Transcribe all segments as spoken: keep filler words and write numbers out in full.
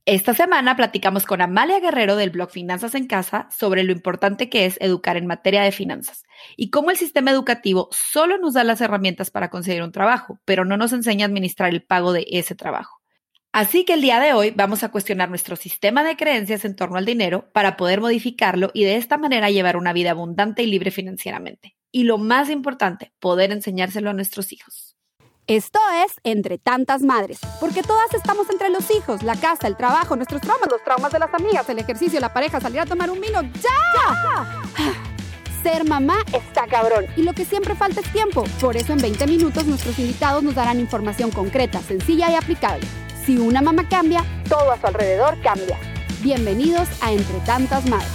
Esta semana platicamos con Amalia Guerrero del blog Finanzas en Casa sobre lo importante que es educar en materia de finanzas y cómo el sistema educativo solo nos da las herramientas para conseguir un trabajo, pero no nos enseña a administrar el pago de ese trabajo. Así que el día de hoy vamos a cuestionar nuestro sistema de creencias en torno al dinero para poder modificarlo y de esta manera llevar una vida abundante y libre financieramente. Y lo más importante, poder enseñárselo a nuestros hijos. Esto es Entre Tantas Madres, porque todas estamos entre los hijos, la casa, el trabajo, nuestros traumas, los traumas de las amigas, el ejercicio, la pareja, salir a tomar un vino. ¡Ya! Ser mamá está cabrón y lo que siempre falta es tiempo. Por eso en veinte minutos nuestros invitados nos darán información concreta, sencilla y aplicable. Si una mamá cambia, todo a su alrededor cambia. Bienvenidos a Entre Tantas Madres.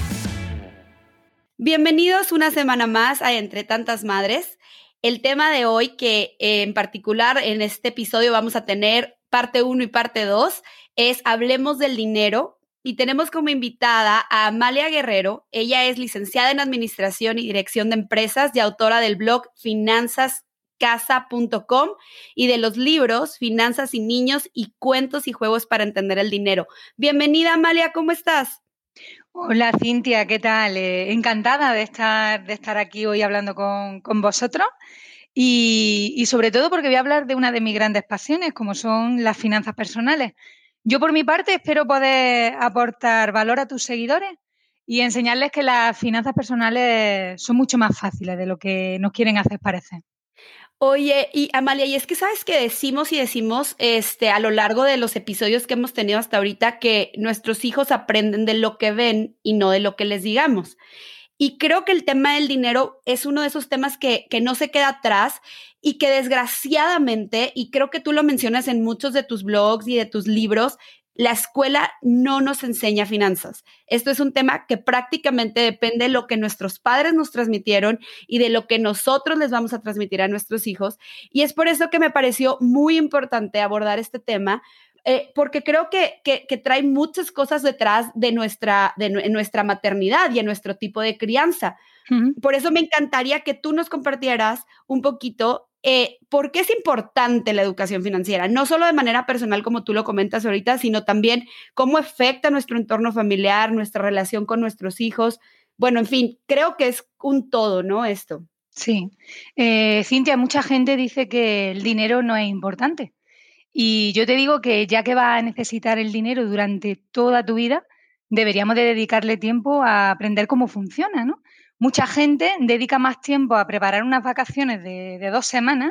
Bienvenidos una semana más a Entre Tantas Madres. El tema de hoy, que eh, en particular en este episodio vamos a tener parte uno y parte dos, es Hablemos del Dinero. Y tenemos como invitada a Amalia Guerrero. Ella es licenciada en Administración y Dirección de Empresas y autora del blog finanzas casa punto com y de los libros Finanzas y Niños y Cuentos y Juegos para Entender el Dinero. Bienvenida, Amalia, ¿cómo estás? Hola, Cintia, ¿qué tal? Eh, encantada de estar, de estar aquí hoy hablando con, con vosotros y, y sobre todo porque voy a hablar de una de mis grandes pasiones, como son las finanzas personales. Yo, por mi parte, espero poder aportar valor a tus seguidores y enseñarles que las finanzas personales son mucho más fáciles de lo que nos quieren hacer parecer. Oye, y Amalia, y es que sabes que decimos y decimos este, a lo largo de los episodios que hemos tenido hasta ahorita que nuestros hijos aprenden de lo que ven y no de lo que les digamos. Y creo que el tema del dinero es uno de esos temas que, que no se queda atrás y que desgraciadamente, y creo que tú lo mencionas en muchos de tus blogs y de tus libros, la escuela no nos enseña finanzas. Esto es un tema que prácticamente depende de lo que nuestros padres nos transmitieron y de lo que nosotros les vamos a transmitir a nuestros hijos. Y es por eso que me pareció muy importante abordar este tema, eh, porque creo que, que, que trae muchas cosas detrás de nuestra, de nuestra maternidad y en nuestro tipo de crianza. Uh-huh. Por eso me encantaría que tú nos compartieras un poquito Eh, ¿por qué es importante la educación financiera? No solo de manera personal, como tú lo comentas ahorita, sino también cómo afecta nuestro entorno familiar, nuestra relación con nuestros hijos. Bueno, en fin, creo que es un todo, ¿no? Esto. Sí. Eh, Cintia, mucha gente dice que el dinero no es importante. Y yo te digo que ya que vas a necesitar el dinero durante toda tu vida, deberíamos de dedicarle tiempo a aprender cómo funciona, ¿no? Mucha gente dedica más tiempo a preparar unas vacaciones de, de dos semanas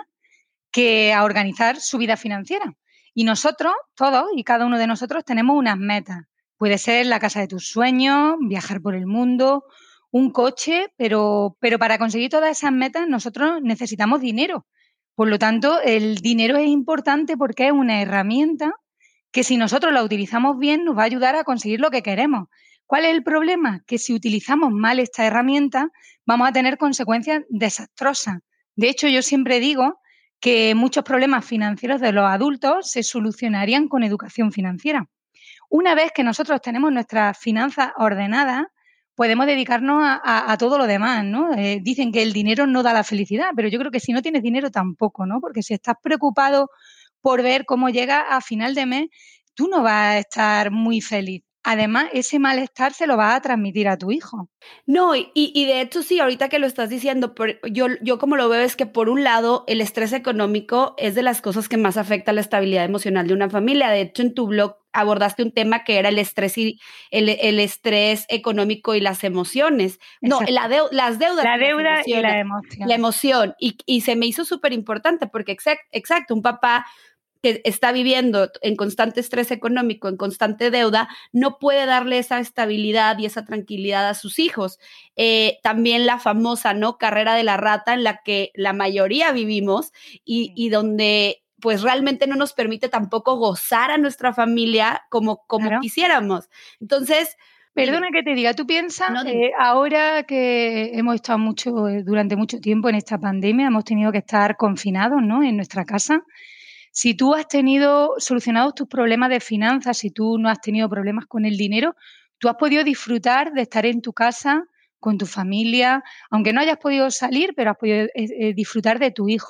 que a organizar su vida financiera. Y nosotros, todos y cada uno de nosotros, tenemos unas metas. Puede ser la casa de tus sueños, viajar por el mundo, un coche, pero, pero para conseguir todas esas metas nosotros necesitamos dinero. Por lo tanto, el dinero es importante porque es una herramienta que si nosotros la utilizamos bien nos va a ayudar a conseguir lo que queremos. ¿Cuál es el problema? Que si utilizamos mal esta herramienta vamos a tener consecuencias desastrosas. De hecho, yo siempre digo que muchos problemas financieros de los adultos se solucionarían con educación financiera. Una vez que nosotros tenemos nuestras finanzas ordenadas, podemos dedicarnos a, a, a todo lo demás, ¿no? Eh, dicen que el dinero no da la felicidad, pero yo creo que si no tienes dinero tampoco, ¿no? Porque si estás preocupado por ver cómo llega a final de mes, tú no vas a estar muy feliz. Además, ese malestar se lo vas a transmitir a tu hijo. No, y, y de hecho sí, ahorita que lo estás diciendo, por, yo, yo como lo veo es que por un lado el estrés económico es de las cosas que más afecta la estabilidad emocional de una familia. De hecho, en tu blog abordaste un tema que era el estrés y el, el estrés económico y las emociones. Exacto. No, la deu, las deudas. La deuda y la emoción. La emoción. Y, y se me hizo súper importante porque exact, exacto, un papá que está viviendo en constante estrés económico, en constante deuda, no puede darle esa estabilidad y esa tranquilidad a sus hijos. Eh, también la famosa, ¿no?, carrera de la rata en la que la mayoría vivimos y, y donde pues realmente no nos permite tampoco gozar a nuestra familia como, como claro. quisiéramos. Entonces... Perdona que te diga, tú piensas, no, eh, ahora que hemos estado mucho, eh, durante mucho tiempo en esta pandemia, hemos tenido que estar confinados, ¿no?, en nuestra casa. Si tú has tenido solucionados tus problemas de finanzas, si tú no has tenido problemas con el dinero, tú has podido disfrutar de estar en tu casa con tu familia, aunque no hayas podido salir, pero has podido eh, eh, disfrutar de tu hijo.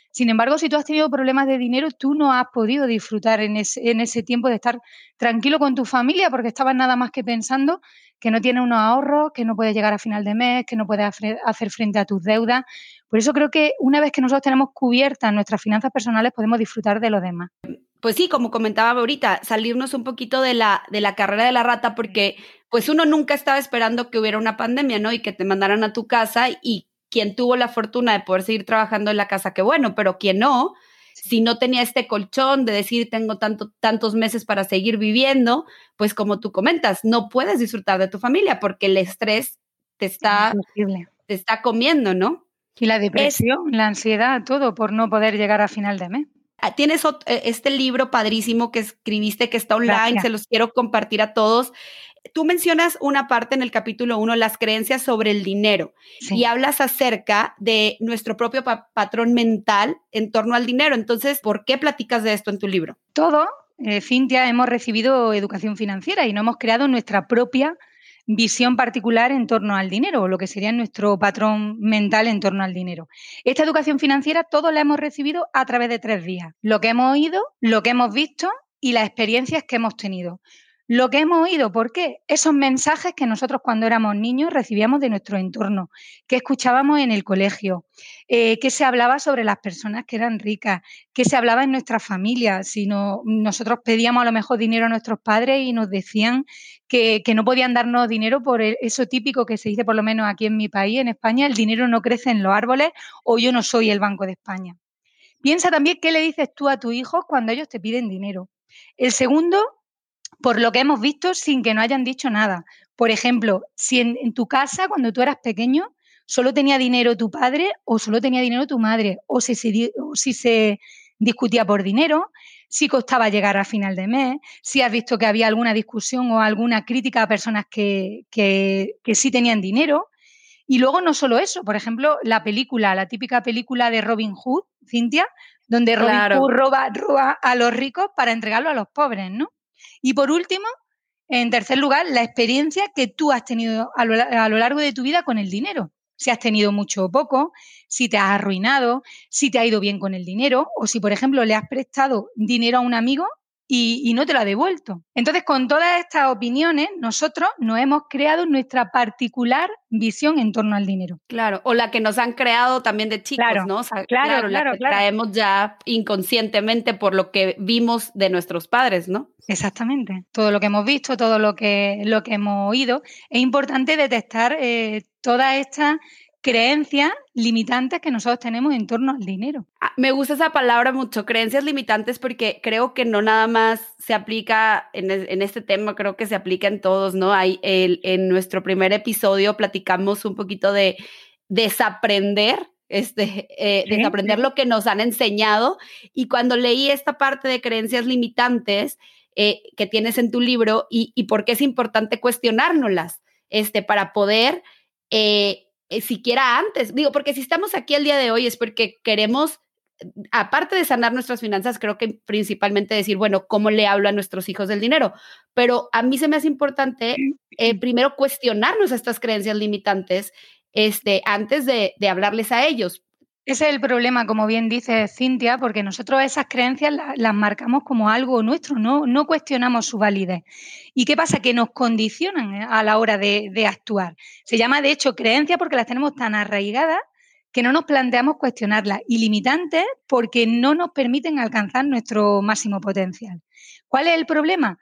Sin embargo, si tú has tenido problemas de dinero, tú no has podido disfrutar en ese, en ese tiempo de estar tranquilo con tu familia porque estabas nada más que pensando que no tienes unos ahorros, que no puedes llegar a final de mes, que no puedes hacer frente a tus deudas. Por eso creo que una vez que nosotros tenemos cubiertas nuestras finanzas personales, podemos disfrutar de los demás. Pues sí, como comentaba ahorita, salirnos un poquito de la, de la carrera de la rata, porque pues uno nunca estaba esperando que hubiera una pandemia, ¿no? Y que te mandaran a tu casa, y quien tuvo la fortuna de poder seguir trabajando en la casa, qué bueno, pero quien no, si no tenía este colchón de decir tengo tanto, tantos meses para seguir viviendo, pues como tú comentas, no puedes disfrutar de tu familia porque el estrés te está, te está comiendo, ¿no? Y la depresión, es, la ansiedad, todo por no poder llegar a final de mes. Tienes este libro padrísimo que escribiste, que está online, Gracias. Se los quiero compartir a todos. Tú mencionas una parte en el capítulo uno, las creencias sobre el dinero, sí. Y hablas acerca de nuestro propio pa- patrón mental en torno al dinero. Entonces, ¿por qué platicas de esto en tu libro? Todo, eh, Cintia, hemos recibido educación financiera y no hemos creado nuestra propia visión particular en torno al dinero, o lo que sería nuestro patrón mental en torno al dinero. Esta educación financiera todos la hemos recibido a través de tres vías: lo que hemos oído, lo que hemos visto y las experiencias que hemos tenido. Lo que hemos oído, ¿por qué? Esos mensajes que nosotros cuando éramos niños recibíamos de nuestro entorno, que escuchábamos en el colegio, eh, que se hablaba sobre las personas que eran ricas, que se hablaba en nuestra familia. Si no, nosotros pedíamos a lo mejor dinero a nuestros padres y nos decían que, que no podían darnos dinero por eso típico que se dice, por lo menos aquí en mi país, en España, el dinero no crece en los árboles, o yo no soy el Banco de España. Piensa también qué le dices tú a tus hijos cuando ellos te piden dinero. El segundo, por lo que hemos visto sin que no hayan dicho nada. Por ejemplo, si en, en tu casa, cuando tú eras pequeño, solo tenía dinero tu padre o solo tenía dinero tu madre, o si se, o si se discutía por dinero, si costaba llegar a final de mes, si has visto que había alguna discusión o alguna crítica a personas que, que, que sí tenían dinero. Y luego no solo eso, por ejemplo, la película, la típica película de Robin Hood, Cintia, donde Robin claro. Hood roba, roba a los ricos para entregarlo a los pobres, ¿no? Y por último, en tercer lugar, la experiencia que tú has tenido a lo, a lo largo de tu vida con el dinero. Si has tenido mucho o poco, si te has arruinado, si te ha ido bien con el dinero, o si, por ejemplo, le has prestado dinero a un amigo y, y no te lo ha devuelto. Entonces, con todas estas opiniones, nosotros nos hemos creado nuestra particular visión en torno al dinero. Claro, o la que nos han creado también de chicos, claro, ¿no? O sea, claro, claro, la claro, que claro. traemos ya inconscientemente por lo que vimos de nuestros padres, ¿no? Exactamente. Todo lo que hemos visto, todo lo que, lo que hemos oído. Es importante detectar eh, todas estas creencias limitantes que nosotros tenemos en torno al dinero. Me gusta esa palabra mucho, creencias limitantes, porque creo que no nada más se aplica en, en este tema, creo que se aplica en todos, ¿no? Hay el, en nuestro primer episodio platicamos un poquito de desaprender, este, eh, sí, desaprender sí. lo que nos han enseñado, y cuando leí esta parte de creencias limitantes eh, que tienes en tu libro y, y por qué es importante cuestionárnoslas, este, para poder... Eh, Eh, siquiera antes, digo, porque si estamos aquí el día de hoy es porque queremos, aparte de sanar nuestras finanzas, creo que principalmente decir, bueno, ¿cómo le hablo a nuestros hijos del dinero? Pero a mí se me hace importante eh, primero cuestionarnos estas creencias limitantes este, antes de, de hablarles a ellos. Ese es el problema, como bien dice Cintia, porque nosotros esas creencias las, las marcamos como algo nuestro, no, no cuestionamos su validez. ¿Y qué pasa? Que nos condicionan a la hora de, de actuar. Se llama, de hecho, creencias porque las tenemos tan arraigadas que no nos planteamos cuestionarlas, y limitantes porque no nos permiten alcanzar nuestro máximo potencial. ¿Cuál es el problema?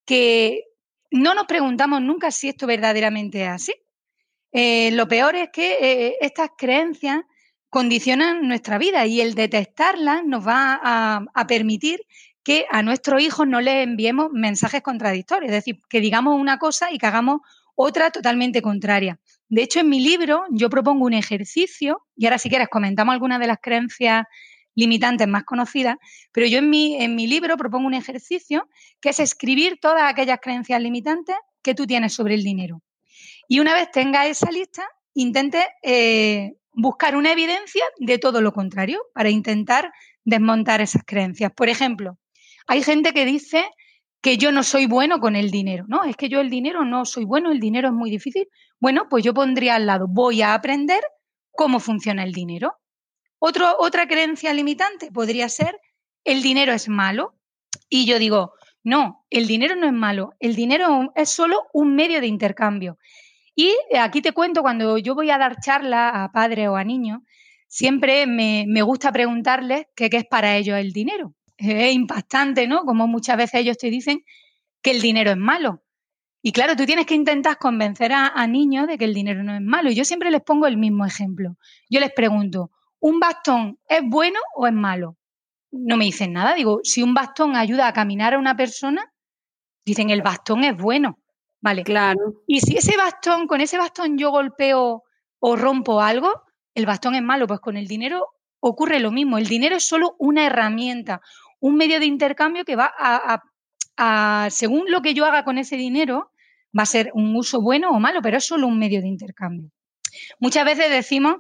Que no nos preguntamos nunca si esto verdaderamente es así. Eh, lo peor es que eh, estas creencias condicionan nuestra vida, y el detectarlas nos va a, a permitir que a nuestros hijos no les enviemos mensajes contradictorios, es decir, que digamos una cosa y que hagamos otra totalmente contraria. De hecho, en mi libro yo propongo un ejercicio, y ahora si quieres comentamos algunas de las creencias limitantes más conocidas, pero yo en mi, en mi libro propongo un ejercicio que es escribir todas aquellas creencias limitantes que tú tienes sobre el dinero. Y una vez tengas esa lista, intentes eh, buscar una evidencia de todo lo contrario para intentar desmontar esas creencias. Por ejemplo, hay gente que dice que yo no soy bueno con el dinero, ¿no? Es que yo el dinero no soy bueno, el dinero es muy difícil. Bueno, pues yo pondría al lado, voy a aprender cómo funciona el dinero. Otro, otra creencia limitante podría ser el dinero es malo. Y yo digo, no, el dinero no es malo, el dinero es solo un medio de intercambio. Y aquí te cuento, cuando yo voy a dar charlas a padres o a niños, siempre me, me gusta preguntarles qué, qué es para ellos el dinero. Es impactante, ¿no? Como muchas veces ellos te dicen que el dinero es malo. Y claro, tú tienes que intentar convencer a, a niños de que el dinero no es malo. Y yo siempre les pongo el mismo ejemplo. Yo les pregunto, ¿un bastón es bueno o es malo? No me dicen nada. Digo, si un bastón ayuda a caminar a una persona, dicen el bastón es bueno. Vale. Claro. Y si ese bastón, con ese bastón yo golpeo o rompo algo, el bastón es malo. Pues con el dinero ocurre lo mismo. El dinero es solo una herramienta, un medio de intercambio que va a, a, a, según lo que yo haga con ese dinero, va a ser un uso bueno o malo, pero es solo un medio de intercambio. Muchas veces decimos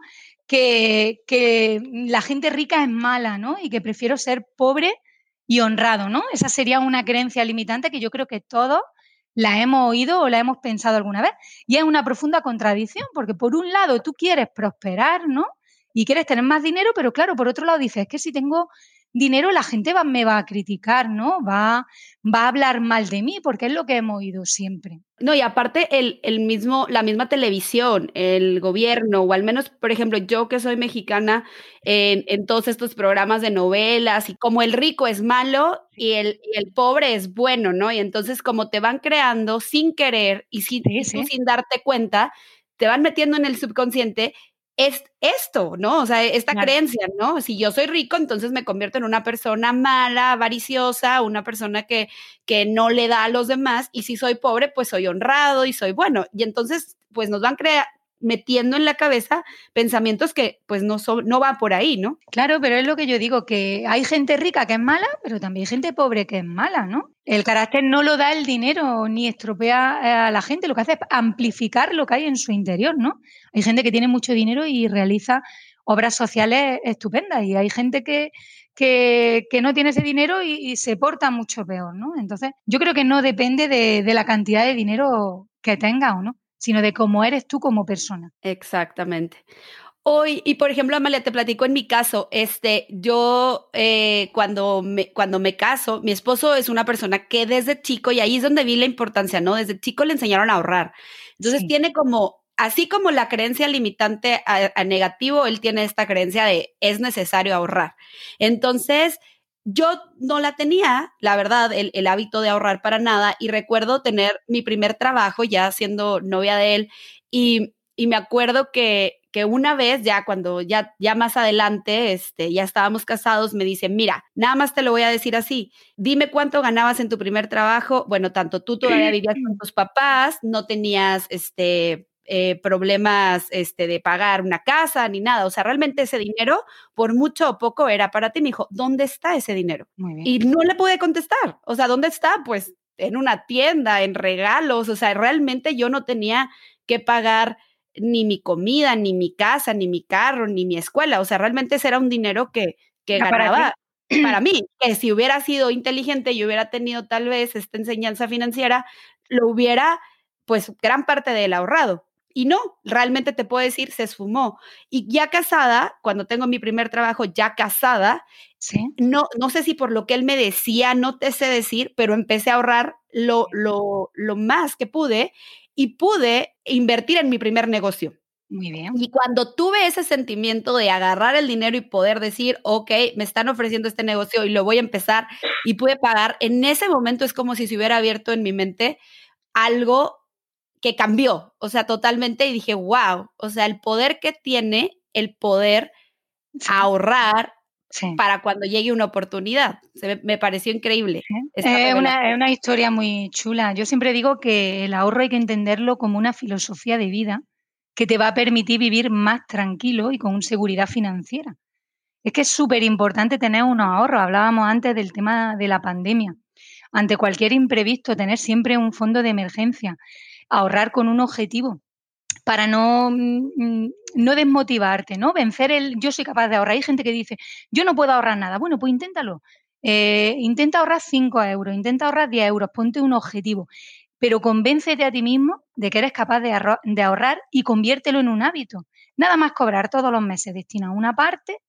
que, que la gente rica es mala, ¿no? Y que prefiero ser pobre y honrado, ¿no? Esa sería una creencia limitante que yo creo que todos la hemos oído o la hemos pensado alguna vez. Y es una profunda contradicción, porque por un lado tú quieres prosperar, ¿no? Y quieres tener más dinero, pero claro, por otro lado dices, es que si tengo dinero la gente va, me va a criticar, ¿no? Va, va a hablar mal de mí, porque es lo que hemos oído siempre. No, y aparte el, el mismo, la misma televisión, el gobierno, o al menos, por ejemplo, yo que soy mexicana, en, en todos estos programas de novelas, y como el rico es malo y el, y el pobre es bueno, ¿no? Y entonces como te van creando sin querer y, sin, Sí, y tú sí. sin darte cuenta, te van metiendo en el subconsciente es esto, ¿no? O sea, esta Claro. creencia, ¿no? Si yo soy rico, entonces me convierto en una persona mala, avariciosa, una persona que, que no le da a los demás, y si soy pobre, pues soy honrado y soy bueno. Y entonces, pues nos van crea metiendo en la cabeza pensamientos que pues no, son, no va por ahí, ¿no? Claro, pero es lo que yo digo, que hay gente rica que es mala, pero también hay gente pobre que es mala, ¿no? El carácter no lo da el dinero ni estropea a la gente, lo que hace es amplificar lo que hay en su interior, ¿no? Hay gente que tiene mucho dinero y realiza obras sociales estupendas, y hay gente que, que, que no tiene ese dinero y, y se porta mucho peor, ¿no? Entonces, yo creo que no depende de, de la cantidad de dinero que tengas o no, sino de cómo eres tú como persona. Exactamente. Hoy, y por ejemplo, Amalia, te platico en mi caso, este, yo eh, cuando, me, cuando me caso, mi esposo es una persona que desde chico, y ahí es donde vi la importancia, ¿no? Desde chico le enseñaron a ahorrar. Entonces Sí. tiene como, así como la creencia limitante a, a negativo, él tiene esta creencia de es necesario ahorrar. Entonces, yo no la tenía, la verdad, el, el hábito de ahorrar para nada, y recuerdo tener mi primer trabajo ya siendo novia de él, y, y me acuerdo que, que una vez, ya cuando ya, ya más adelante, este, ya estábamos casados, me dice, mira, nada más te lo voy a decir así, dime cuánto ganabas en tu primer trabajo. Bueno, tanto tú todavía vivías con tus papás, no tenías este... Eh, problemas este, de pagar una casa ni nada, o sea, realmente ese dinero, por mucho o poco, era para ti. Me dijo, ¿dónde está ese dinero? Muy bien. Y no le pude contestar, o sea, ¿dónde está? Pues en una tienda, en regalos, o sea, realmente yo no tenía que pagar ni mi comida, ni mi casa, ni mi carro, ni mi escuela, o sea, realmente ese era un dinero que, que Ya ganaba para, para mí, que si hubiera sido inteligente y hubiera tenido tal vez esta enseñanza financiera, lo hubiera, pues, gran parte del ahorrado. Y no, realmente te puedo decir, se esfumó. Y ya casada, cuando tengo mi primer trabajo, ya casada, sí. no, no sé si por lo que él me decía, no te sé decir, pero empecé a ahorrar lo, lo, lo más que pude y pude invertir en mi primer negocio. Muy bien. Y cuando tuve ese sentimiento de agarrar el dinero y poder decir, ok, me están ofreciendo este negocio y lo voy a empezar, y pude pagar, en ese momento es como si se hubiera abierto en mi mente algo que cambió, o sea, totalmente, y dije, wow, o sea, el poder que tiene el poder Sí. ahorrar Sí. para cuando llegue una oportunidad. Se me, me pareció increíble. Sí. esta Es una, es revelación. una historia muy chula. Yo siempre digo que el ahorro hay que entenderlo como una filosofía de vida que te va a permitir vivir más tranquilo y con seguridad financiera. Es que es súper importante tener unos ahorros. Hablábamos antes del tema de la pandemia. Ante cualquier imprevisto, tener siempre un fondo de emergencia, ahorrar con un objetivo para no, mm, no desmotivarte, ¿no? Vencer el yo soy capaz de ahorrar. Hay gente que dice, yo no puedo ahorrar nada. Bueno, pues inténtalo. Eh, intenta ahorrar cinco euros, intenta ahorrar diez euros, ponte un objetivo, pero convéncete a ti mismo de que eres capaz de, ahorrar, de ahorrar y conviértelo en un hábito. Nada más cobrar todos los meses, destina una parte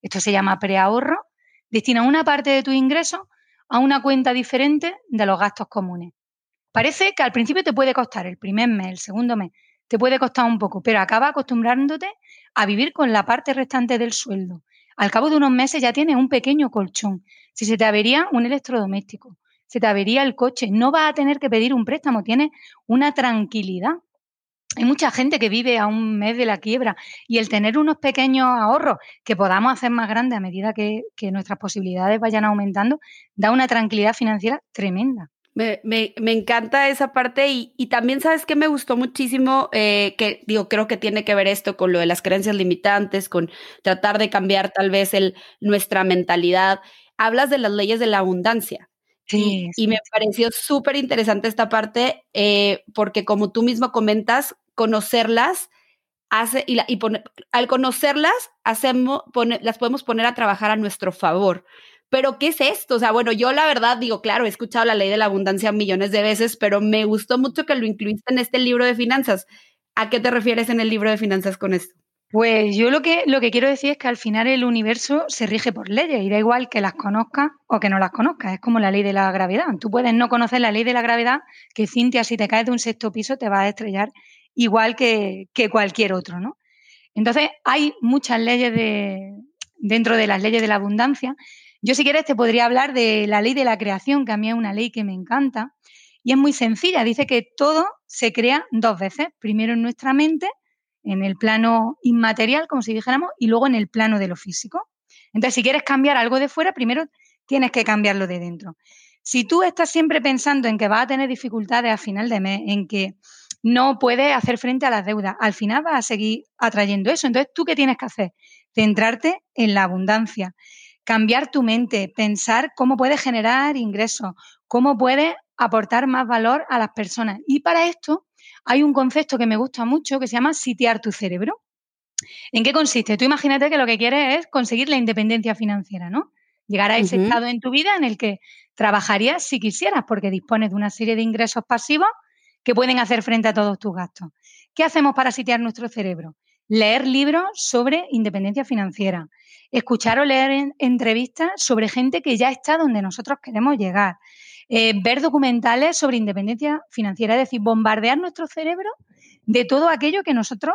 esto se llama preahorro, destina una parte de tus ingresos a una cuenta diferente de los gastos comunes. Parece que al principio te puede costar, el primer mes, el segundo mes, te puede costar un poco, pero acaba acostumbrándote a vivir con la parte restante del sueldo. Al cabo de unos meses ya tienes un pequeño colchón. Si se te avería un electrodoméstico, se te avería el coche, no vas a tener que pedir un préstamo, tienes una tranquilidad. Hay mucha gente que vive a un mes de la quiebra y el tener unos pequeños ahorros que podamos hacer más grandes a medida que, que nuestras posibilidades vayan aumentando, da una tranquilidad financiera tremenda. Me, me, me encanta esa parte y, y también, ¿sabes qué? Me gustó muchísimo, eh, que digo, creo que tiene que ver esto con lo de las creencias limitantes, con tratar de cambiar tal vez el, nuestra mentalidad. Hablas de las leyes de la abundancia. Sí, y, sí. y me pareció súper interesante esta parte, eh, porque como tú mismo comentas, conocerlas hace, y, la, y pone, al conocerlas, hacemos, pone, las podemos poner a trabajar a nuestro favor. Pero, ¿qué es esto? O sea, bueno, yo la verdad digo, claro, he escuchado la ley de la abundancia millones de veces, pero me gustó mucho que lo incluiste en este libro de finanzas. ¿A qué te refieres en el libro de finanzas con esto? Pues yo lo que, lo que quiero decir es que al final el universo se rige por leyes y da igual que las conozcas o que no las conozcas. Es como la ley de la gravedad. Tú puedes no conocer la ley de la gravedad, que Cintia, si te caes de un sexto piso, te vas a estrellar igual que, que cualquier otro, ¿no? Entonces, hay muchas leyes de, dentro de las leyes de la abundancia. Yo, si quieres, te podría hablar de la ley de la creación, que a mí es una ley que me encanta y es muy sencilla. Dice que todo se crea dos veces. Primero en nuestra mente, en el plano inmaterial, como si dijéramos, y luego en el plano de lo físico. Entonces, si quieres cambiar algo de fuera, primero tienes que cambiarlo de dentro. Si tú estás siempre pensando en que vas a tener dificultades a final de mes, en que no puedes hacer frente a las deudas, al final vas a seguir atrayendo eso. Entonces, ¿tú qué tienes que hacer? Centrarte en la abundancia, cambiar tu mente, pensar cómo puedes generar ingresos, cómo puedes aportar más valor a las personas. Y para esto hay un concepto que me gusta mucho que se llama sitiar tu cerebro. ¿En qué consiste? Tú imagínate que lo que quieres es conseguir la independencia financiera, ¿no? Llegar a ese uh-huh. estado en tu vida en el que trabajarías si quisieras, porque dispones de una serie de ingresos pasivos que pueden hacer frente a todos tus gastos. ¿Qué hacemos para sitiar nuestro cerebro? Leer libros sobre independencia financiera, escuchar o leer en, entrevistas sobre gente que ya está donde nosotros queremos llegar, eh, ver documentales sobre independencia financiera, es decir, bombardear nuestro cerebro de todo aquello que nosotros,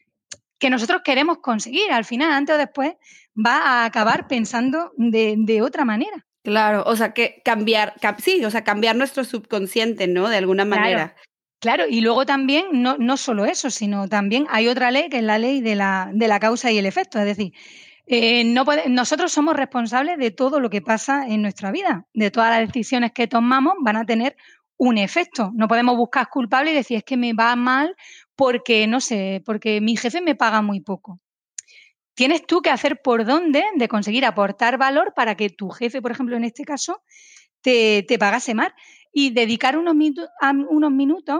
que nosotros queremos conseguir. Al final, antes o después, va a acabar pensando de, de otra manera. Claro, o sea, que cambiar, sí, o sea, cambiar nuestro subconsciente, ¿no? De alguna manera. Claro. Claro, y luego también, no, no solo eso, sino también hay otra ley que es la ley de la, de la causa y el efecto. Es decir, eh, no puede, nosotros somos responsables de todo lo que pasa en nuestra vida, de todas las decisiones que tomamos van a tener un efecto. No podemos buscar culpables y decir es que me va mal porque, no sé, porque mi jefe me paga muy poco. Tienes tú que hacer por dónde de conseguir aportar valor para que tu jefe, por ejemplo, en este caso, te, te pagase más y dedicar unos, minu- a unos minutos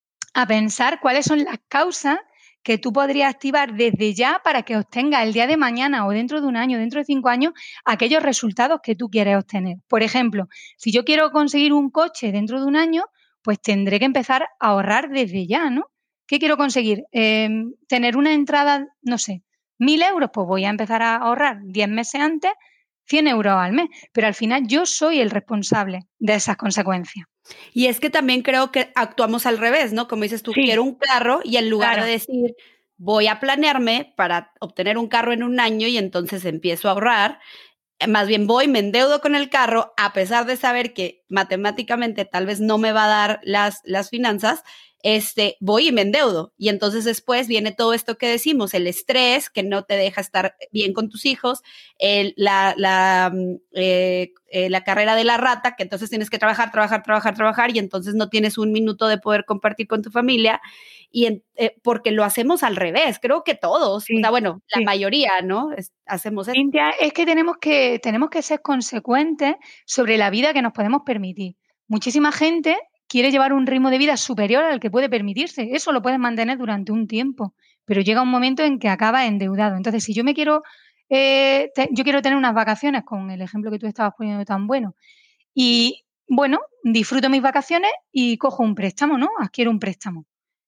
a pensar cuáles son las causas que tú podrías activar desde ya para que obtengas el día de mañana o dentro de un año, dentro de cinco años, aquellos resultados que tú quieres obtener. Por ejemplo, si yo quiero conseguir un coche dentro de un año, pues tendré que empezar a ahorrar desde ya, ¿no? ¿Qué quiero conseguir? Eh, tener una entrada, no sé, mil euros, pues voy a empezar a ahorrar diez meses antes, cien euros al mes, pero al final yo soy el responsable de esas consecuencias. Y es que también creo que actuamos al revés, ¿no? Como dices tú, sí. quiero un carro y en lugar claro. de decir voy a planearme para obtener un carro en un año y entonces empiezo a ahorrar, más bien voy, me endeudo con el carro a pesar de saber que matemáticamente tal vez no me va a dar las, las finanzas, este, voy y me endeudo. Y entonces después viene todo esto que decimos, el estrés que no te deja estar bien con tus hijos, el, la, la, eh, eh, la carrera de la rata, que entonces tienes que trabajar, trabajar, trabajar, trabajar y entonces no tienes un minuto de poder compartir con tu familia. Y en, eh, porque lo hacemos al revés, creo que todos, sí, o sea, bueno, la sí. mayoría, ¿no? Es, hacemos eso. Cintia, es que tenemos que tenemos que ser consecuentes sobre la vida que nos podemos permitir. Muchísima gente quiere llevar un ritmo de vida superior al que puede permitirse. Eso lo puedes mantener durante un tiempo, pero llega un momento en que acaba endeudado. Entonces, si yo me quiero, eh, te, yo quiero tener unas vacaciones, con el ejemplo que tú estabas poniendo tan bueno, y bueno, disfruto mis vacaciones y cojo un préstamo, ¿no? Adquiero un préstamo.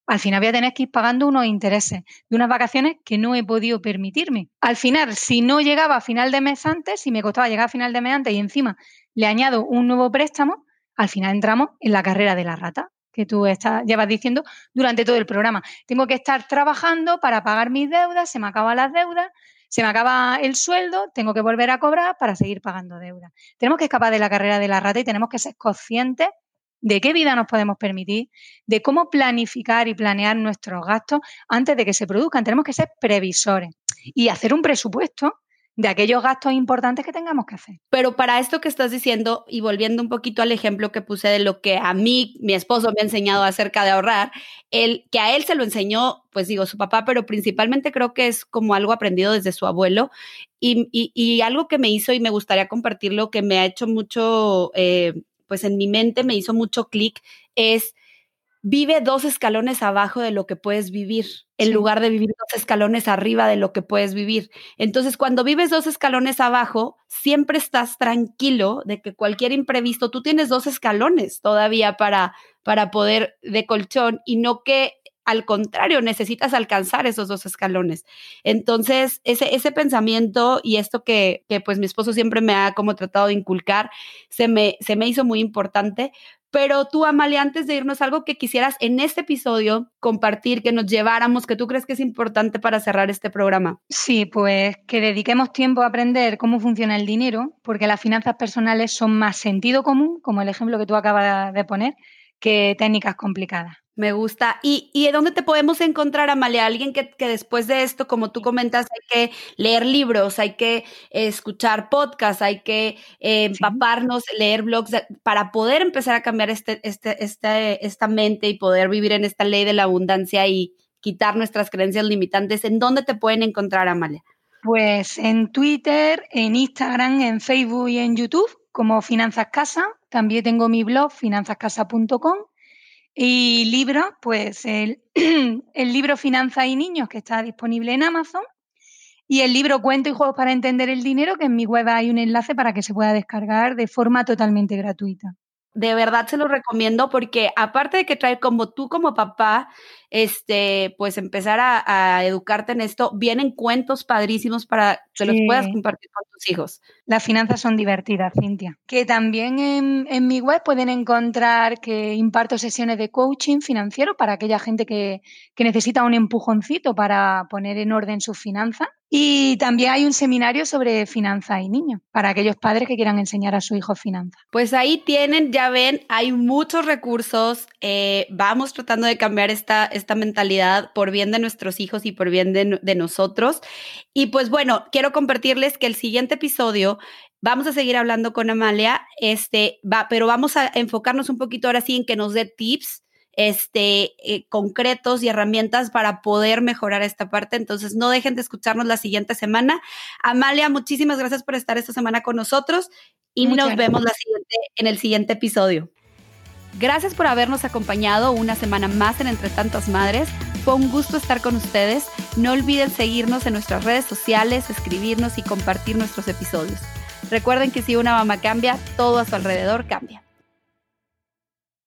al final voy a tener que ir pagando unos intereses de unas vacaciones que no he podido permitirme. Al final, si no llegaba a final de mes antes, si me costaba llegar a final de mes antes y encima le añado un nuevo préstamo, al final entramos en la carrera de la rata, que tú estás, llevas diciendo durante todo el programa. Tengo que estar trabajando para pagar mis deudas, se me acaban las deudas, se me acaba el sueldo, tengo que volver a cobrar para seguir pagando deudas. Tenemos que escapar de la carrera de la rata y tenemos que ser conscientes de qué vida nos podemos permitir, de cómo planificar y planear nuestros gastos antes de que se produzcan. Tenemos que ser previsores y hacer un presupuesto de aquellos gastos importantes que tengamos que hacer. Pero para esto que estás diciendo, y volviendo un poquito al ejemplo que puse de lo que a mí, mi esposo me ha enseñado acerca de ahorrar, el, que a él se lo enseñó, pues digo, su papá, pero principalmente creo que es como algo aprendido desde su abuelo, y, y, y algo que me hizo y me gustaría compartirlo, que me ha hecho mucho, eh, pues en mi mente me hizo mucho clic, es vive dos escalones abajo de lo que puedes vivir, en Sí. lugar de vivir dos escalones arriba de lo que puedes vivir. Entonces, cuando vives dos escalones abajo, siempre estás tranquilo de que cualquier imprevisto, tú tienes dos escalones todavía para, para poder de colchón, y no que al contrario, necesitas alcanzar esos dos escalones. Entonces, ese, ese pensamiento y esto que, que pues mi esposo siempre me ha como tratado de inculcar, se me, se me hizo muy importante. Pero tú, Amalia, antes de irnos, algo que quisieras en este episodio compartir, que nos lleváramos, que tú crees que es importante para cerrar este programa. Sí, pues que dediquemos tiempo a aprender cómo funciona el dinero, porque las finanzas personales son más sentido común, como el ejemplo que tú acabas de poner, que técnicas complicadas. Me gusta. ¿Y, y dónde te podemos encontrar, Amalia? Alguien que, que después de esto, como tú comentas, hay que leer libros, hay que eh, escuchar podcasts, hay que eh, empaparnos, sí. leer blogs para poder empezar a cambiar este, este, este, esta mente y poder vivir en esta ley de la abundancia y quitar nuestras creencias limitantes. ¿En dónde te pueden encontrar, Amalia? Pues en Twitter, en Instagram, en Facebook y en YouTube, como Finanzas Casa. También tengo mi blog, finanzas casa punto com. Y libros, pues el, el libro Finanzas y Niños, que está disponible en Amazon, y el libro Cuentos y Juegos para Entender el Dinero, que en mi web hay un enlace para que se pueda descargar de forma totalmente gratuita. De verdad se lo recomiendo, porque aparte de que trae como tú como papá, este, pues empezar a, a educarte en esto, vienen cuentos padrísimos para que sí. los puedas compartir con tus hijos. Las finanzas son divertidas, Cintia. Que también en, en mi web pueden encontrar que imparto sesiones de coaching financiero para aquella gente que, que necesita un empujoncito para poner en orden sus finanzas. Y también hay un seminario sobre finanzas y niños, para aquellos padres que quieran enseñar a sus hijos finanzas. Pues ahí tienen, ya ven, hay muchos recursos. Eh, vamos tratando de cambiar esta, esta mentalidad por bien de nuestros hijos y por bien de, de nosotros. Y pues bueno, quiero compartirles que el siguiente episodio vamos a seguir hablando con Amalia, este, va, pero vamos a enfocarnos un poquito ahora sí en que nos dé tips este, eh, concretos y herramientas para poder mejorar esta parte. Entonces, no dejen de escucharnos la siguiente semana. Amalia, muchísimas gracias por estar esta semana con nosotros y Muchas nos gracias. vemos la siguiente, en el siguiente episodio. Gracias por habernos acompañado una semana más en Entre Tantas Madres. Fue un gusto estar con ustedes. No olviden seguirnos en nuestras redes sociales, escribirnos y compartir nuestros episodios. Recuerden que si una mamá cambia, todo a su alrededor cambia.